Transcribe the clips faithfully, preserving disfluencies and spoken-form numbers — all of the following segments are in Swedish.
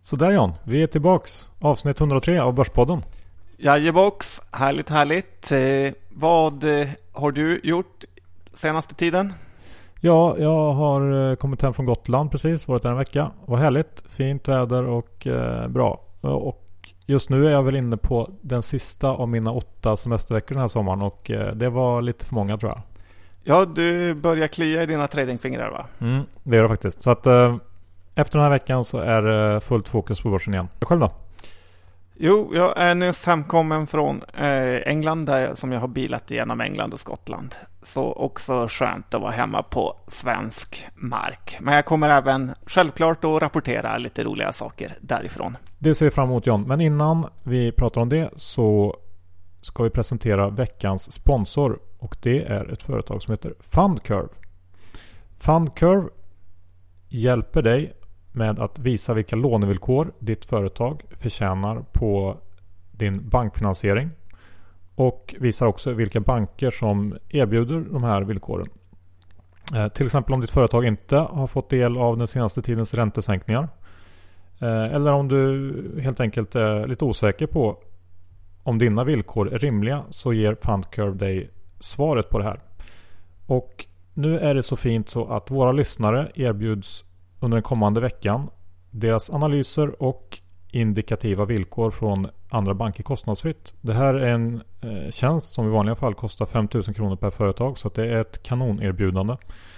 Så där John, vi är tillbaks. Avsnitt hundratre av Börspodden. Jajebox, härligt härligt. Eh, vad eh, har du gjort senaste tiden? Ja, jag har kommit hem från Gotland precis, varit där en vecka. Var härligt, fint väder och eh, bra. Och just nu är jag väl inne på den sista av mina åtta semesterveckor den här sommaren och eh, det var lite för många tror jag. Ja, du börjar klia i dina tradingfingrar va? Mm, det gör det faktiskt. Så att eh, efter den här veckan så är det fullt fokus på börsen igen. Själv då? Jo, jag är nyss hemkommen från eh, England där, som jag har bilat igenom England och Skottland. Så också skönt att vara hemma på svensk mark. Men jag kommer även självklart att rapportera lite roliga saker därifrån. Det ser vi fram emot John. Men innan vi pratar om det så ska vi presentera veckans sponsor. Och det är ett företag som heter Fundcurve. Fundcurve hjälper dig med att visa vilka lånevillkor ditt företag förtjänar på din bankfinansiering och visar också vilka banker som erbjuder de här villkoren. Eh, till exempel om ditt företag inte har fått del av den senaste tidens räntesänkningar eh, eller om du helt enkelt är lite osäker på om dina villkor är rimliga, så ger Fundcurve dig svaret på det här. Och nu är det så fint så att våra lyssnare erbjuds under den kommande veckan deras analyser och indikativa villkor från andra banker kostnadsfritt. Det här är en eh, tjänst som i vanliga fall kostar fem tusen kronor per företag, så att det är ett kanonerbjudande.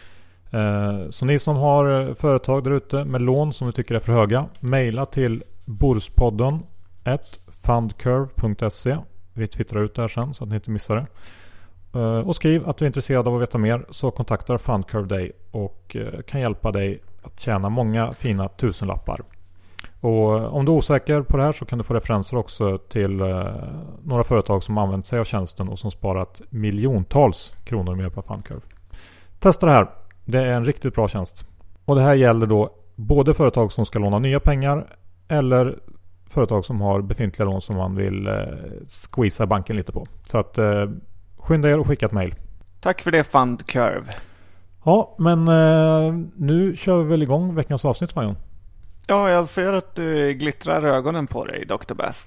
Eh, så ni som har företag där ute med lån som ni tycker är för höga, mejla till borspodden at fundcurve punkt se. Vi twittrar ut det här sen så att ni inte missar det. Eh, och skriv att du är intresserad av att veta mer, så kontaktar Fundcurve dig och eh, kan hjälpa dig att tjäna många fina tusenlappar. Och om du är osäker på det här så kan du få referenser också till eh, några företag som använt sig av tjänsten och som sparat miljontals kronor mer på Fundcurve. Testa det här. Det är en riktigt bra tjänst. Och det här gäller då både företag som ska låna nya pengar eller företag som har befintliga lån som man vill eh, squeeza banken lite på. Så att eh, skynda er och skicka ett mejl. Tack för det Fundcurve. Ja, men eh, nu kör vi väl igång veckans avsnitt, Majon. Ja, jag ser att du glittrar ögonen på dig, doktor Bass.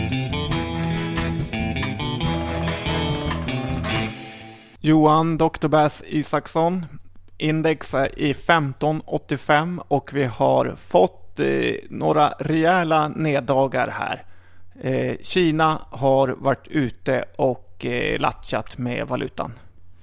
Johan doktor Bass Isaksson. Index är i femton åttiofem och vi har fått eh, några rejäla neddagar här. Eh, Kina har varit ute och eh, latchat med valutan.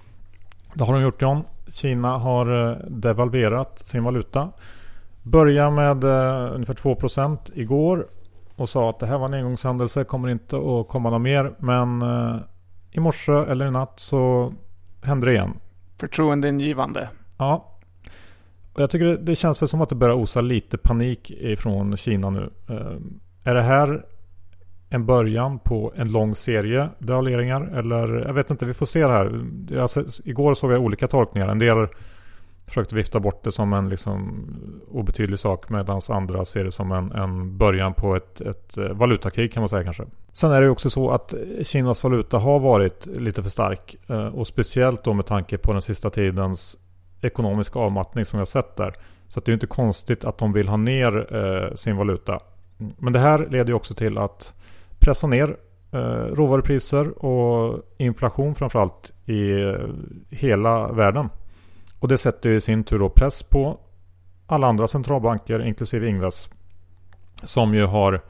Det har de gjort, John. Kina har devalverat sin valuta. Började med uh, ungefär två procent igår och sa att det här var en engångshändelse, kommer inte att komma något mer. Men uh, i morse eller i natt så hände det igen. Förtroendeingivande. Ja. Och jag tycker det, det känns väl som att det börjar osa lite panik ifrån Kina nu. Uh, är det här en början på en lång serie devalveringar, eller jag vet inte, vi får se det här. Jag, igår såg jag olika tolkningar. En del försökte vifta bort det som en liksom obetydlig sak, medan andra ser det som en, en början på ett, ett valutakrig kan man säga kanske. Sen är det ju också så att Kinas valuta har varit lite för stark, och speciellt då med tanke på den sista tidens ekonomiska avmattning som vi har sett där. Så att det är ju inte konstigt att de vill ha ner eh, sin valuta. Men det här leder ju också till att pressa ner eh, råvarupriser och inflation framförallt i eh, hela världen. Och det sätter ju i sin tur då press på alla andra centralbanker inklusive Ingves, som ju har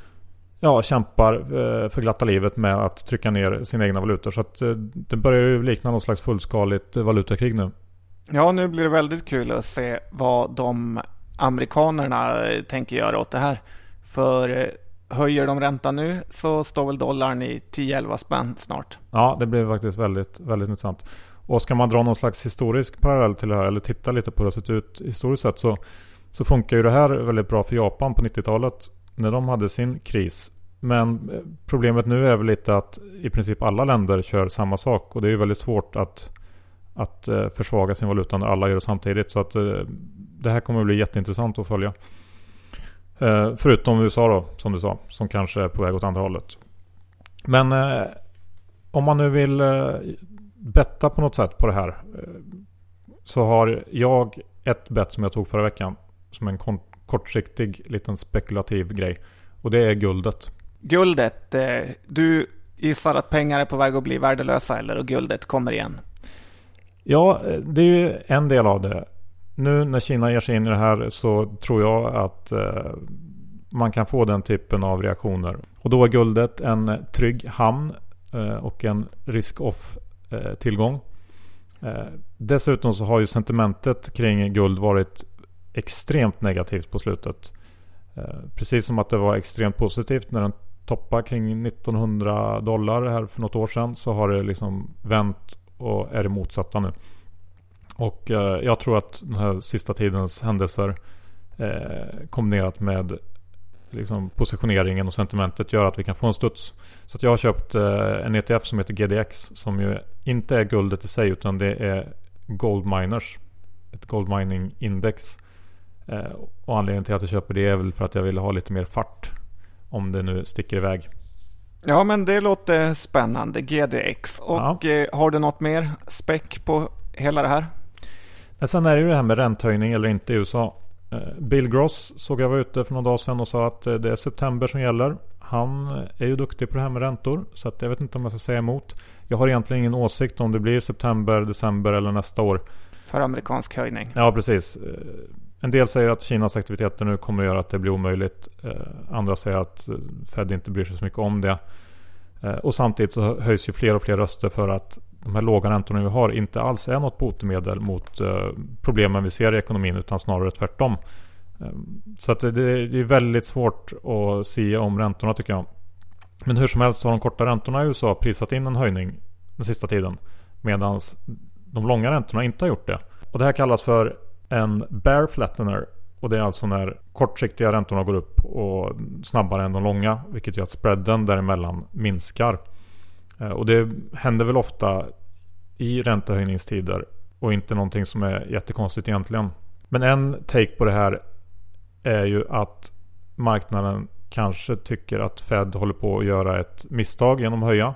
ja, kämpar eh, för glatta livet med att trycka ner sina egna valutor. Så att eh, det börjar ju likna någon slags fullskaligt valutakrig nu. Ja, nu blir det väldigt kul att se vad de amerikanerna tänker göra åt det här. För höjer de räntan nu så står väl dollarn i tio elva spänn snart. Ja, det blir faktiskt väldigt, väldigt intressant. Och ska man dra någon slags historisk parallell till det här, eller titta lite på hur det har sett ut historiskt sett, så, så funkar ju det här väldigt bra för Japan på nittiotalet när de hade sin kris. Men problemet nu är väl lite att i princip alla länder kör samma sak, och det är ju väldigt svårt att, att försvaga sin valuta när alla gör det samtidigt. Så att det här kommer att bli jätteintressant att följa. Eh, förutom U S A då, som du sa, som kanske är på väg åt andra hållet. Men eh, om man nu vill eh, betta på något sätt på det här, eh, så har jag ett bett som jag tog förra veckan som en kon- kortsiktig liten spekulativ grej. Och det är guldet. Guldet, du gissar att pengar är på väg att bli värdelösa eller och guldet kommer igen? Ja, det är ju en del av det. Nu när Kina ger sig in i det här så tror jag att eh, man kan få den typen av reaktioner. Och då är guldet en trygg hamn eh, och en risk-off eh, tillgång. Eh, dessutom så har ju sentimentet kring guld varit extremt negativt på slutet. Eh, precis som att det var extremt positivt när den toppade kring nittonhundra dollar här för något år sedan, så har det liksom vänt och är det motsatta nu. Och eh, jag tror att den här sista tidens händelser eh, kombinerat med liksom positioneringen och sentimentet gör att vi kan få en studs. Så att jag har köpt eh, en E T F som heter G D X, som ju inte är guldet i sig utan det är gold miners, ett gold mining index. Eh, och anledningen till att jag köper det är väl för att jag vill ha lite mer fart om det nu sticker iväg. Ja, men det låter spännande, G D X. Och ja. Har du något mer späck på hela det här? Men sen är det ju det här med ränthöjning eller inte i U S A. Bill Gross såg jag var ute för några dagar sedan och sa att det är september som gäller. Han är ju duktig på det här med räntor, så att jag vet inte om jag ska säga emot. Jag har egentligen ingen åsikt om det blir september, december eller nästa år. För amerikansk höjning. Ja, precis. En del säger att Kinas aktiviteter nu kommer att göra att det blir omöjligt. Andra säger att Fed inte bryr sig så mycket om det. Och samtidigt så höjs ju fler och fler röster för att de här låga räntorna vi har inte alls är något botemedel mot problemen vi ser i ekonomin, utan snarare tvärtom. Så att det, det är väldigt svårt att se om räntorna, tycker jag. Men hur som helst har de korta räntorna i U S A prisat in en höjning den sista tiden, medan de långa räntorna inte har gjort det. Och det här kallas för en bear flattener, och det är alltså när kortsiktiga räntorna går upp och snabbare än de långa, vilket gör att spreaden däremellan minskar. Och det händer väl ofta i räntehöjningstider och inte någonting som är jättekonstigt egentligen. Men en take på det här är ju att marknaden kanske tycker att Fed håller på att göra ett misstag genom att höja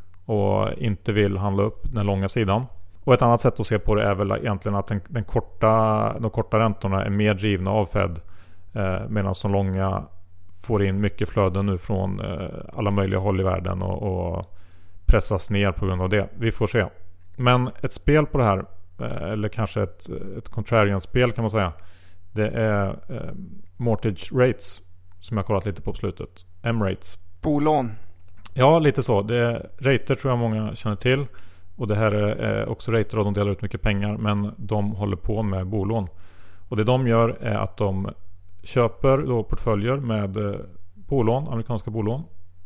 och inte vill handla upp den långa sidan. Och ett annat sätt att se på det är väl egentligen att den, den korta, de korta räntorna är mer drivna av Fed eh, medan de långa får in mycket flöden nu från eh, alla möjliga håll i världen och, och pressas ner på grund av det. Vi får se. Men ett spel på det här, eh, eller kanske ett, ett contrarian-spel kan man säga, det är eh, mortgage rates som jag har kollat lite på slutet. M-rates. Bolån. Ja, lite så. Det är rater tror jag många känner till. Och det här är också rater och de delar ut mycket pengar, men de håller på med bolån. Och det de gör är att de köper då portföljer med bolån, amerikanska bolån,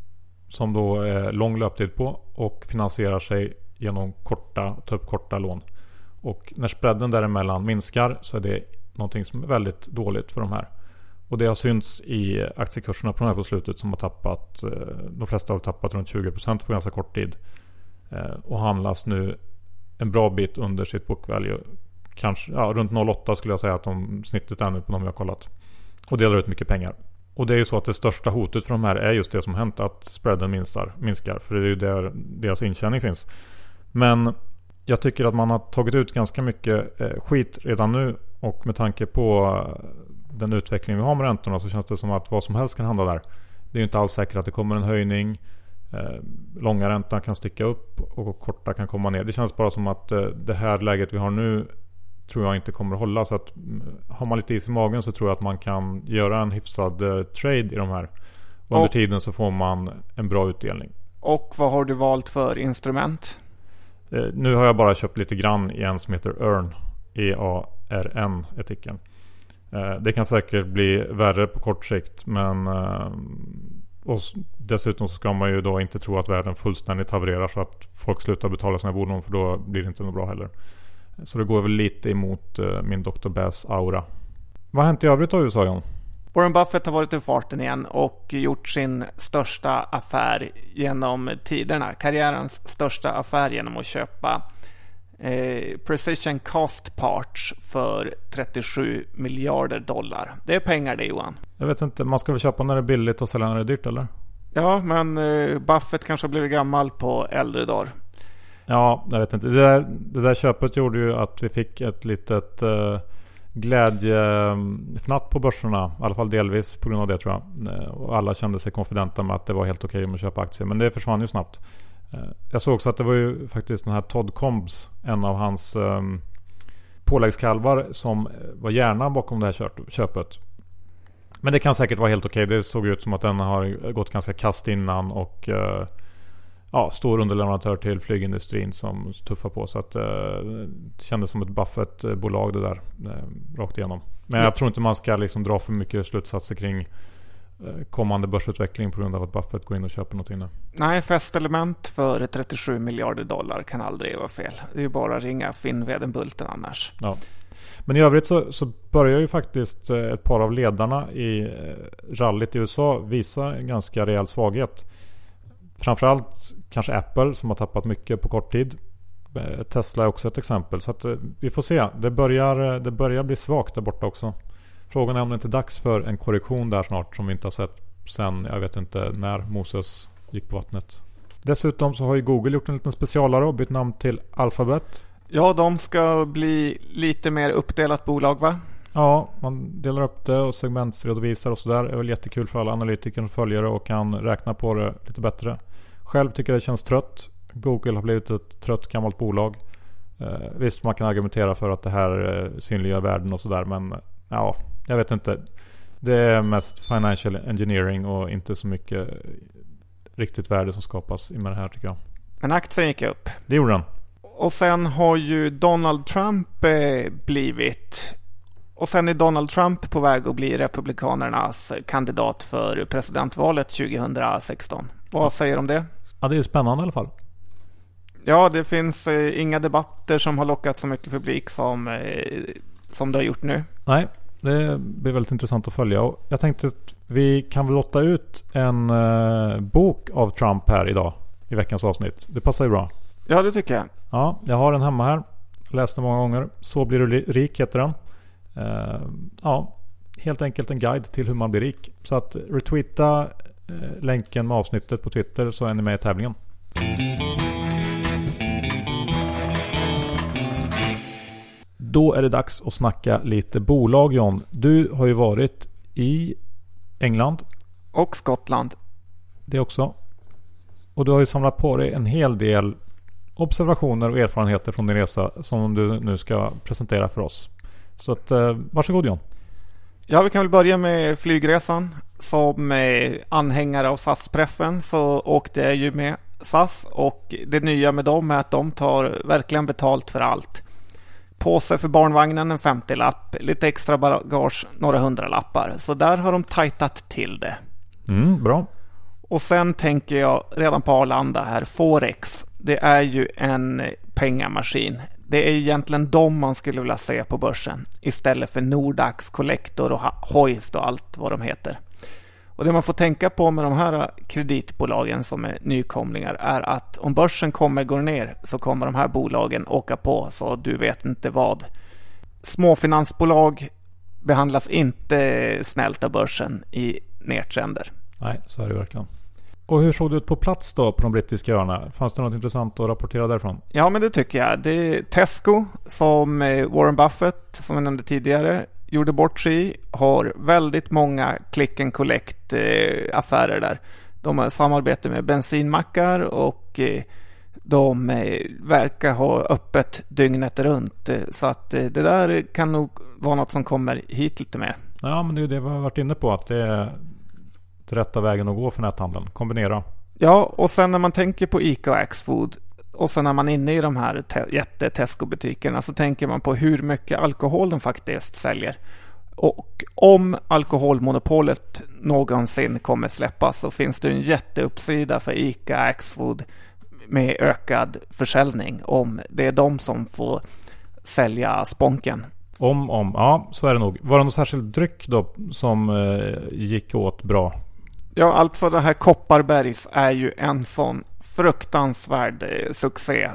som då är lång löptid på och finansierar sig genom korta, ta upp korta lån. Och när spreaden däremellan minskar så är det någonting som är väldigt dåligt för de här. Och det har synts i aktiekurserna på de här på slutet som har tappat, de flesta har tappat runt tjugo procent på ganska kort tid. Och handlas nu en bra bit under sitt book value. Kanske, ja, runt noll komma åtta skulle jag säga att de snittet är nu på de jag har kollat. Och delar ut mycket pengar. Och det är ju så att det största hotet för de här är just det som hänt, att spreaden minskar, minskar. För det är ju där deras intjäning finns. Men jag tycker att man har tagit ut ganska mycket eh, skit redan nu. Och med tanke på den utveckling vi har med räntorna så känns det som att vad som helst kan handla där. Det är ju inte alls säkert att det kommer en höjning. Eh, långa räntan kan sticka upp och korta kan komma ner. Det känns bara som att eh, det här läget vi har nu tror jag inte kommer att hålla. Så att har man lite is i magen så tror jag att man kan göra en hyfsad eh, trade i de här. Och under tiden så får man en bra utdelning. Och vad har du valt för instrument? Eh, nu har jag bara köpt lite grann i en som heter Earn. E A R N etiken. Eh, det kan säkert bli värre på kort sikt, men eh, och dessutom så ska man ju då inte tro att världen fullständigt havererar så att folk slutar betala sina bolån, för då blir det inte något bra heller. Så det går väl lite emot uh, min doktor Bass aura. Vad har hänt i övrigt då, U S A, John? Warren Buffett har varit i farten igen och gjort sin största affär genom tiderna. Karriärens största affär genom att köpa eh, Precision Cast Parts för trettiosju miljarder dollar. Det är pengar det, Johan. Jag vet inte, man ska väl köpa när det är billigt och sälja när det är dyrt, eller? Ja, men eh, Buffett kanske har blivit gammal på äldre dagar. Ja, jag vet inte. Det där, det där köpet gjorde ju att vi fick ett litet eh, glädjefnatt på börserna, i alla fall delvis på grund av det tror jag. Och alla kände sig konfidenta med att det var helt okej om att köpa aktier, men det försvann ju snabbt. Jag såg också att det var ju faktiskt den här Todd Combs, en av hans um, påläggskalvar, som var hjärnan bakom det här köpet. Men det kan säkert vara helt okej. Det såg ut som att den har gått ganska kast innan och uh, ja, stor underleverantör till flygindustrin som tuffar på. Så att uh, det kändes som ett Buffett-bolag det där uh, rakt igenom. Men jag tror inte man ska liksom dra för mycket slutsatser kring kommande börsutveckling på grund av att Buffett går in och köper någonting nu. Nej, fästelement för trettiosju miljarder dollar kan aldrig vara fel. Det är ju bara att ringa Finn Vedenbulten annars. Ja. Men i övrigt så, så börjar ju faktiskt ett par av ledarna i rallyt i U S A visa en ganska rejäl svaghet. Framförallt kanske Apple som har tappat mycket på kort tid. Tesla är också ett exempel. Så att vi får se. Det börjar, det börjar bli svagt där borta också. Frågan är om det inte är dags för en korrektion där snart som vi inte har sett sen, jag vet inte när Moses gick på vattnet. Dessutom så har ju Google gjort en liten specialare och bytt namn till Alphabet. Ja, de ska bli lite mer uppdelat bolag, va? Ja, man delar upp det och segmentsredovisar och sådär. Det är väl jättekul för alla analytiker som följer det och kan räkna på det lite bättre. Själv tycker jag det känns trött. Google har blivit ett trött gammalt bolag. Eh, visst, man kan argumentera för att det här eh, synliggör värden och sådär, men ja, jag vet inte. Det är mest financial engineering och inte så mycket riktigt värde som skapas med det här tycker jag. Men aktien gick upp. Det gjorde den. Och sen har ju Donald Trump eh, blivit... Och sen är Donald Trump på väg att bli republikanernas kandidat för presidentvalet tjugohundrasexton. Vad säger du om det? Ja, det är spännande i alla fall. Ja, det finns eh, inga debatter som har lockat så mycket publik som, eh, som det har gjort nu. Nej, det blir väldigt intressant att följa. Och jag tänkte att vi kan väl låta ut en eh, bok av Trump här idag i veckans avsnitt. Det passar ju bra. Ja, det tycker jag. Ja, jag har den hemma här. Läst den många gånger. Så blir du rik heter den. Uh, ja, helt enkelt en guide till hur man blir rik. Så att retweeta uh, länken med avsnittet på Twitter så är ni med i tävlingen. Då är det dags att snacka lite bolag, John. Du har ju varit i England. Och Skottland. Det också. Och du har ju samlat på dig en hel del observationer och erfarenheter från din resa som du nu ska presentera för oss. Så att, eh, varsågod John. Ja, vi kan väl börja med flygresan. Som eh, anhängare av S A S-preffen så åkte jag ju med S A S. Och det nya med dem är att de tar verkligen betalt för allt. Påse för barnvagnen en femtio-lapp. Lite extra bagage, några hundralappar. Så där har de tajtat till det. Mm, bra. Och sen tänker jag redan på Arlanda här. Forex, det är ju en pengamaskin. Det är egentligen de man skulle vilja se på börsen istället för Nordax, Collector och Hoist och allt vad de heter. Och det man får tänka på med de här kreditbolagen som är nykomlingar är att om börsen kommer gå ner så kommer de här bolagen åka på så du vet inte vad. Småfinansbolag behandlas inte snällt av börsen i nedtrender. Nej, så är det verkligen. Och hur såg det ut på plats då på de brittiska öarna? Fanns det något intressant att rapportera därifrån? Ja, men det tycker jag. Det är Tesco som Warren Buffett, som jag nämnde tidigare, gjorde bort sig i. Har väldigt många click and collect eh, affärer där. De har samarbete med bensinmackar och eh, de eh, verkar ha öppet dygnet runt. Eh, så att eh, det där kan nog vara något som kommer hit lite mer. Ja, men det är det vi har varit inne på, att det är rätta vägen att gå för näthandeln. Kombinera. Ja, och sen när man tänker på Ica och Axfood och sen när man är inne i de här te- jätte-Tesco-butikerna så tänker man på hur mycket alkohol de faktiskt säljer. Och om alkoholmonopolet någonsin kommer släppas så finns det en jätteuppsida för Ica och Axfood med ökad försäljning om det är de som får sälja sponken. Om, om, ja, så är det nog. Var det någon särskild dryck då som eh, gick åt bra? Ja, alltså det här Kopparbergs är ju en sån fruktansvärd eh, succé.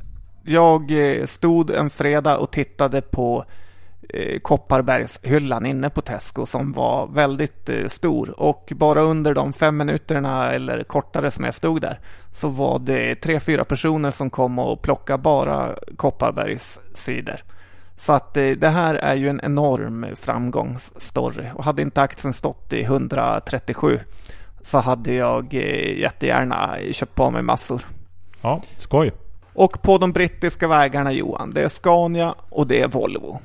Jag eh, stod en fredag och tittade på eh, Kopparbergs hyllan inne på Tesco som var väldigt eh, stor. Och bara under de fem minuterna eller kortare som jag stod där så var det tre, fyra personer som kom och plockade bara Kopparbergs sidor. Så att det här är ju en enorm framgångsstory. Och hade inte aktien stått i etthundratrettiosju så hade jag jättegärna köpt på mig massor. Ja, skoj. Och på de brittiska vägarna, Johan, det är Scania och det är Volvo.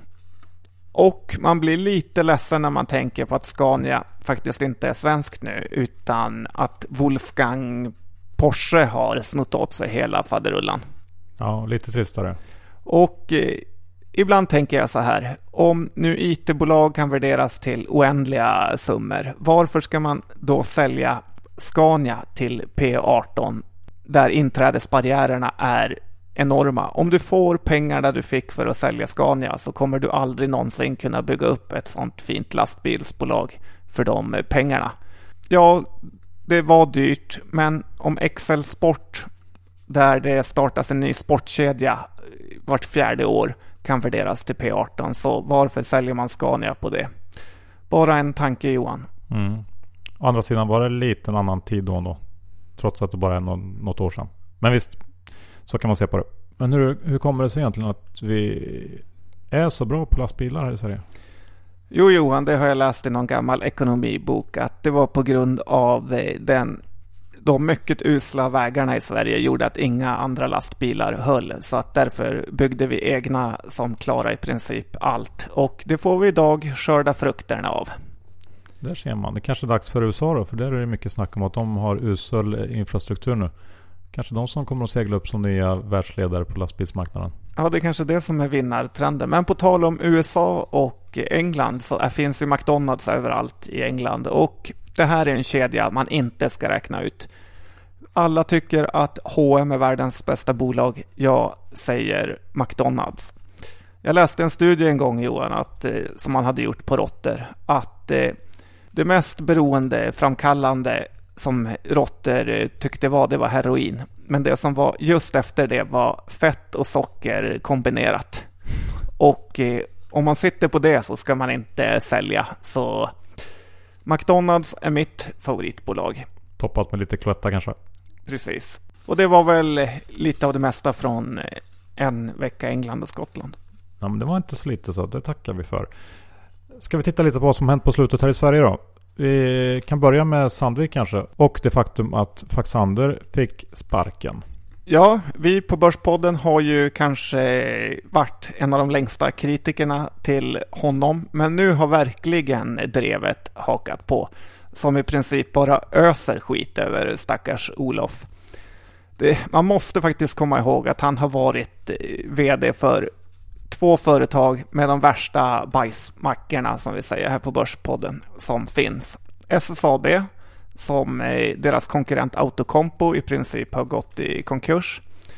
Och man blir lite ledsen när man tänker på att Scania faktiskt inte är svenskt nu, utan att Wolfgang Porsche har snott åt sig hela faderullan. Ja, lite tristare. Och eh, ibland tänker jag så här, om nu I T-bolag kan värderas till oändliga summor, varför ska man då sälja Scania till P arton där inträdesbarriärerna är enorma? Om du får pengarna du fick för att sälja Scania så kommer du aldrig någonsin kunna bygga upp ett sånt fint lastbilsbolag för de pengarna. Ja, det var dyrt, men om Excel Sport, där det startas en ny sportkedja vart fjärde år, kan värderas till P arton, så varför säljer man Scania på det? Bara en tanke, Johan. Mm. Å andra sidan var det lite en annan tid då, då trots att det bara är något, något år sedan. Men visst, så kan man se på det. Men hur, hur kommer det sig egentligen att vi är så bra på lastbilar här i Sverige? Jo, Johan, det har jag läst i någon gammal ekonomibok, att det var på grund av den, de mycket usla vägarna i Sverige gjorde att inga andra lastbilar höll. Så att därför byggde vi egna som klarar i princip allt. Och det får vi idag skörda frukterna av. Där ser man. Det kanske är dags för U S A då, för där är det mycket snack om att de har usel infrastruktur nu. Kanske de som kommer att segla upp som nya världsledare på lastbilsmarknaden. Ja, det är kanske det som är vinnartrenden. Men på tal om U S A och England så finns ju McDonalds överallt i England. Och det här är en kedja man inte ska räkna ut. Alla tycker att H och M är världens bästa bolag. Jag säger McDonalds. Jag läste en studie en gång, Johan, att, som man hade gjort på råttor, att eh, det mest beroende framkallande som råttor tyckte var, det var heroin. Men det som var just efter det var fett och socker kombinerat. Och eh, om man sitter på det så ska man inte sälja. Så McDonalds är mitt favoritbolag. Toppat med lite klötta kanske. Precis. Och det var väl lite av det mesta från en vecka England och Skottland. Ja, men det var inte så lite, så det tackar vi för. Ska vi titta lite på vad som hänt på slutet här i Sverige då? Vi kan börja med Sandvik kanske. Och det faktum att Faxander fick sparken. Ja, vi på Börspodden har ju kanske varit en av de längsta kritikerna till honom. Men nu har verkligen drevet hakat på. Som i princip bara öser skit över stackars Olof. Det, man måste faktiskt komma ihåg att han har varit vd för två företag med de värsta bajsmackorna, som vi säger här på Börspodden, som finns. S S A B, som deras konkurrent Autocompo i princip har gått i konkurs.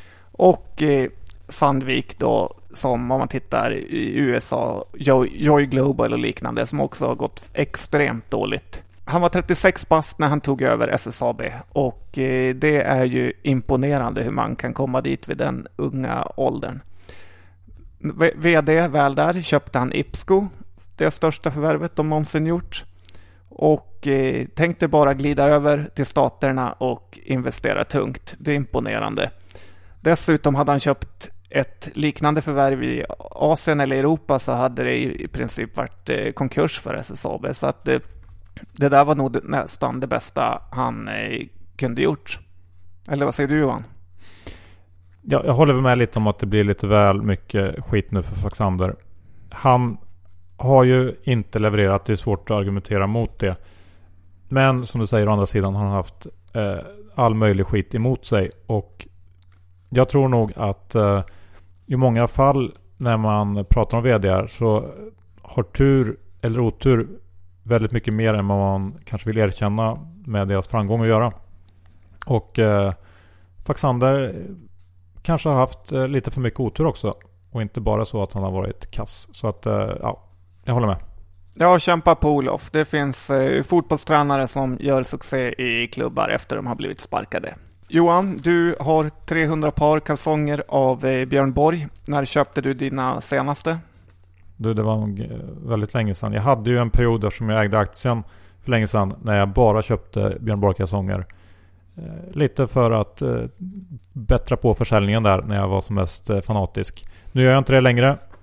Och eh, Sandvik då, som om man tittar i U S A, Joy, Joy Global och liknande, som också har gått extremt dåligt. Han var trettiosex bast när han tog över S S A B, och eh, det är ju imponerande hur man kan komma dit vid den unga åldern. V- vd väl där köpte han Ipsco, det största förvärvet de någonsin gjort, och eh, tänkte bara glida över till staterna och investera tungt. Det är imponerande. Dessutom hade han köpt ett liknande förvärv i Asien eller Europa, så hade det i princip varit eh, konkurs för S S A B. Så att eh, det där var nog nästan det bästa han eh, kunde gjort. Eller vad säger du, Johan? Ja, jag håller med lite om att det blir lite väl mycket skit nu för Faxander. Han har ju inte levererat, det är svårt att argumentera mot det. Men som du säger, å andra sidan har han haft eh, all möjlig skit emot sig. Och jag tror nog att eh, i många fall när man pratar om vd:ar så har tur eller otur väldigt mycket mer än vad man kanske vill erkänna med deras framgång att göra. Och eh, Faxander kanske har haft eh, lite för mycket otur också. Och inte bara så att han har varit kass. Så att, eh, ja, jag håller med. Ja, kämpa på Olof. Det finns eh, fotbollstränare som gör succé i klubbar efter de har blivit sparkade. Johan, du har trehundra par kalsonger av eh, Björn Borg. När köpte du dina senaste? Du, det var väldigt länge sedan. Jag hade ju en period där som jag ägde aktien för länge sedan när jag bara köpte Björn Borg kalsonger. Eh, lite för att eh, bättra på försäljningen där när jag var som mest eh, fanatisk. Nu gör jag inte det längre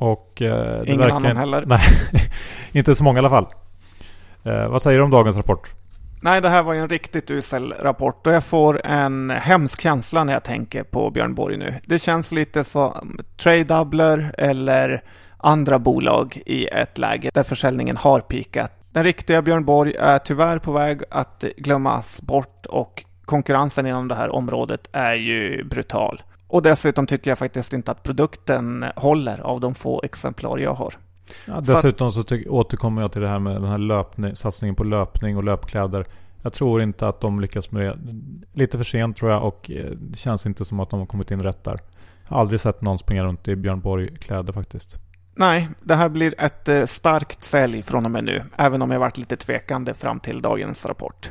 Och, eh, det Ingen verkar, annan heller. Nej, inte så många i alla fall. Eh, vad säger du om dagens rapport? Nej, det här var ju en riktigt usel rapport och jag får en hemsk känsla när jag tänker på Björn Borg nu. Det känns lite som Tradedoubler eller andra bolag i ett läge där försäljningen har pikat. Den riktiga Björn Borg är tyvärr på väg att glömmas bort och konkurrensen inom det här området är ju brutal. Och dessutom tycker jag faktiskt inte att produkten håller av de få exemplar jag har. Ja, dessutom så, att, så ty- återkommer jag till det här med den här löpning, satsningen på löpning och löpkläder. Jag tror inte att de lyckas med det. Lite för sent tror jag och det känns inte som att de har kommit in rätt där. Jag har aldrig sett någon springa runt i Björn Borg-kläder faktiskt. Nej, det här blir ett starkt sälj från och med nu, även om jag varit lite tvekande fram till dagens rapport.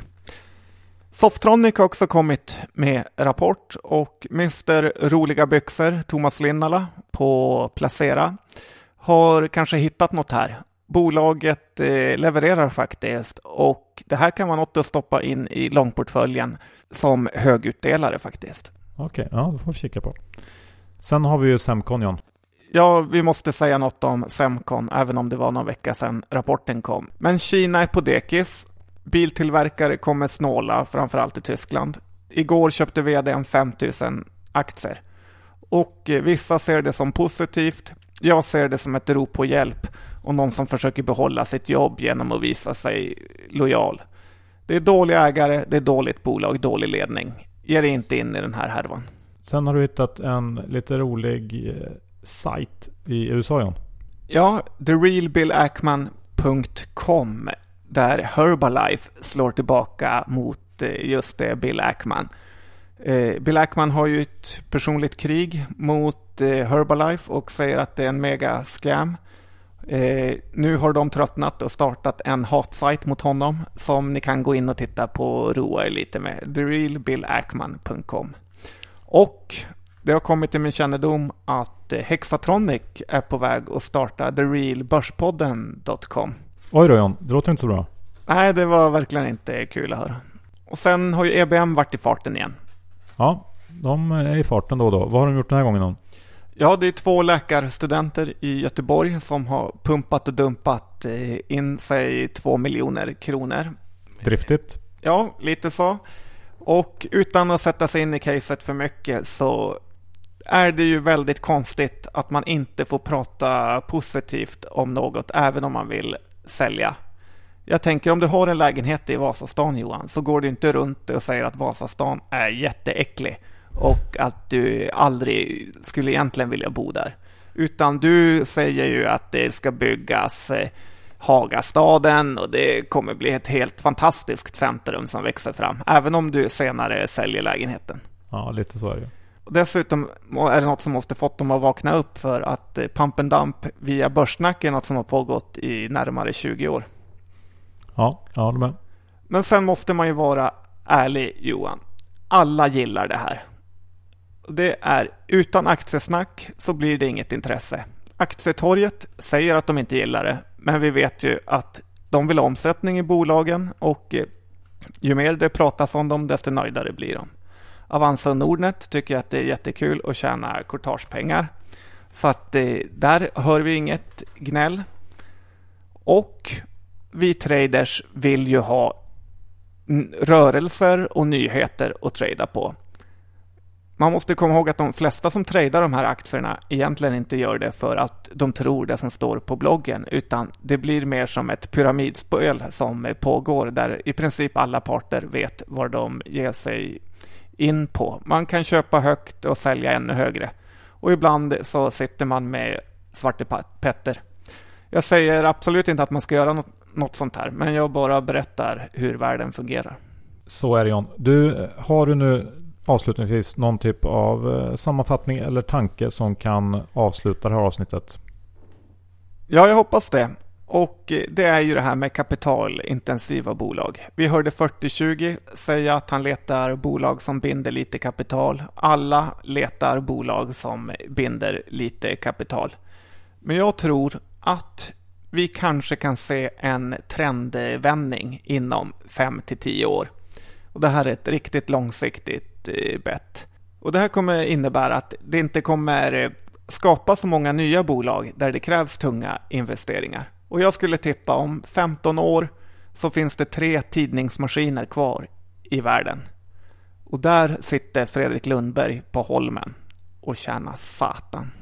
Softronic har också kommit med rapport och mister Roliga byxor, Thomas Linnala på Placera, har kanske hittat något här. Bolaget eh, levererar faktiskt och det här kan man åter stoppa in i långportföljen som högutdelare faktiskt. Okej, ja, det får vi kika på. Sen har vi ju Semcon, John. Ja, vi måste säga något om Semcon även om det var någon vecka sedan rapporten kom. Men Kina är på dekis. Biltillverkare kommer snåla, framförallt i Tyskland. Igår köpte vdn fem tusen aktier. Och vissa ser det som positivt. Jag ser det som ett rop på hjälp och någon som försöker behålla sitt jobb genom att visa sig lojal. Det är dåliga ägare, det är dåligt bolag, dålig ledning. Ge dig inte in i den här härvan. Sen har du hittat en lite rolig eh, sajt i U S A, John. Ja, the real bill ackman punkt com där Herbalife slår tillbaka mot eh, just det Bill Ackman. Eh, Bill Ackman har ju ett personligt krig mot eh, Herbalife och säger att det är en mega scam. Eh, nu har de tröttnat och startat en hatsajt mot honom som ni kan gå in och titta på och roa er lite med. the real bill ackman punkt com. Och det har kommit till min kännedom att eh, Hexatronic är på väg att starta the real börspodden punkt com. Oj då, John, det låter inte så bra. Nej, det var verkligen inte kul att höra. Och sen har ju E B M varit i farten igen. Ja, de är i farten då och då. Vad har de gjort den här gången då? Ja, det är två läkarstudenter i Göteborg som har pumpat och dumpat in sig två miljoner kronor. Driftigt. Ja, lite så. Och utan att sätta sig in i caset för mycket så är det ju väldigt konstigt att man inte får prata positivt om något även om man vill sälja. Jag tänker om du har en lägenhet i Vasastan, Johan, så går du inte runt och säger att Vasastan är jätteäcklig och att du aldrig skulle egentligen vilja bo där. Utan du säger ju att det ska byggas eh, Hagastaden och det kommer bli ett helt fantastiskt centrum som växer fram, även om du senare säljer lägenheten. Ja, lite så är det ju. Dessutom är det något som måste fått dem att vakna upp för att pump and dump via börssnack är något som har pågått i närmare tjugo år. Ja, ja, de är. Men sen måste man ju vara ärlig, Johan. Alla gillar det här. Det är utan aktiesnack så blir det inget intresse. Aktietorget säger att de inte gillar det, men vi vet ju att de vill ha omsättning i bolagen och ju mer det pratas om dem desto nöjdare blir de. Avanza och Nordnet tycker att det är jättekul att tjäna courtagepengar. Så att eh, där hör vi inget gnäll. Och vi traders vill ju ha rörelser och nyheter att trada på. Man måste komma ihåg att de flesta som tradar de här aktierna egentligen inte gör det för att de tror det som står på bloggen, utan det blir mer som ett pyramidspel som pågår där i princip alla parter vet vad de ger sig in på. Man kan köpa högt och sälja ännu högre. Och ibland så sitter man med Svarte Petter. Jag säger absolut inte att man ska göra något, något sånt här, men jag bara berättar hur världen fungerar. Så är det, John. Du, har du nu avslutningsvis någon typ av sammanfattning eller tanke som kan avsluta det här avsnittet? Ja, jag hoppas det. Och det är ju det här med kapitalintensiva bolag. Vi hörde fyrtio tjugo säga att han letar bolag som binder lite kapital. Alla letar bolag som binder lite kapital. Men jag tror att vi kanske kan se en trendvändning inom fem till tio år. Och det här är ett riktigt långsiktigt bett. Och det här kommer innebära att det inte kommer skapa så många nya bolag där det krävs tunga investeringar. Och jag skulle tippa om femton år så finns det tre tidningsmaskiner kvar i världen. Och där sitter Fredrik Lundberg på Holmen och tjänar satan.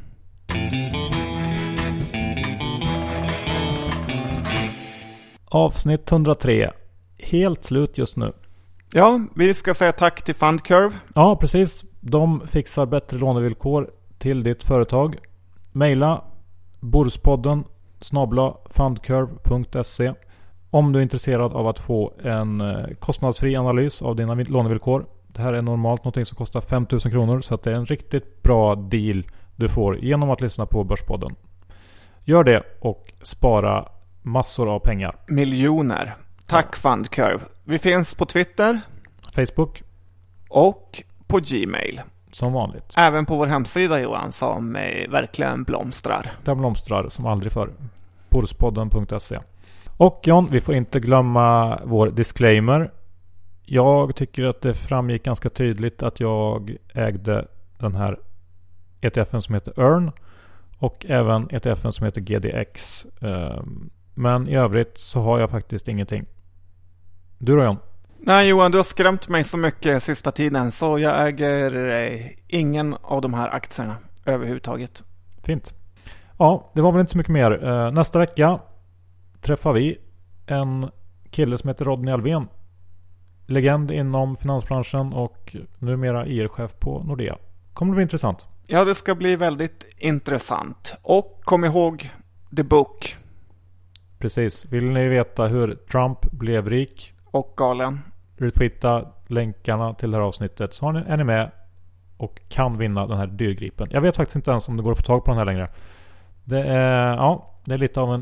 Avsnitt hundratre. Helt slut just nu. Ja, vi ska säga tack till FundCurve. Ja, precis. De fixar bättre lånevillkor till ditt företag. Maila borspodden snabel-a fundcurve punkt se om du är intresserad av att få en kostnadsfri analys av dina lånevillkor. Det här är normalt något som kostar fem tusen kronor, så att det är en riktigt bra deal du får genom att lyssna på Börspodden. Gör det och spara massor av pengar. Miljoner. Tack FundCurve. Vi finns på Twitter, Facebook och på Gmail. Som vanligt. Även på vår hemsida, Johan, som eh, verkligen blomstrar. Den blomstrar som aldrig förr. borspodden punkt se. Och John, vi får inte glömma vår disclaimer. Jag tycker att det framgick ganska tydligt att jag ägde den här E T F:en som heter Earn och även E T F:en som heter G D X. Men i övrigt så har jag faktiskt ingenting. Du då, John? Nej, Johan, du har skrämt mig så mycket sista tiden, så jag äger eh, ingen av de här aktierna överhuvudtaget. Fint. Ja, det var väl inte så mycket mer. Eh, nästa vecka träffar vi en kille som heter Rodney Alvén. Legend inom finansbranschen och numera I R-chef på Nordea. Kommer det bli intressant? Ja, det ska bli väldigt intressant. Och kom ihåg The Book. Precis. Vill ni veta hur Trump blev rik och galen, retweeta länkarna till det här avsnittet, så har ni, är ni med och kan vinna den här dyrgripen. Jag vet faktiskt inte ens om det går att få tag på den här längre. Det är, ja, det är lite av en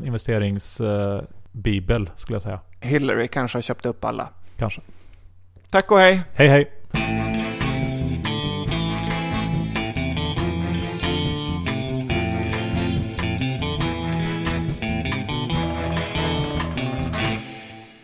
investeringsbibel, uh, skulle jag säga. Hillary kanske har köpt upp alla. Kanske. Tack och hej. Hej hej.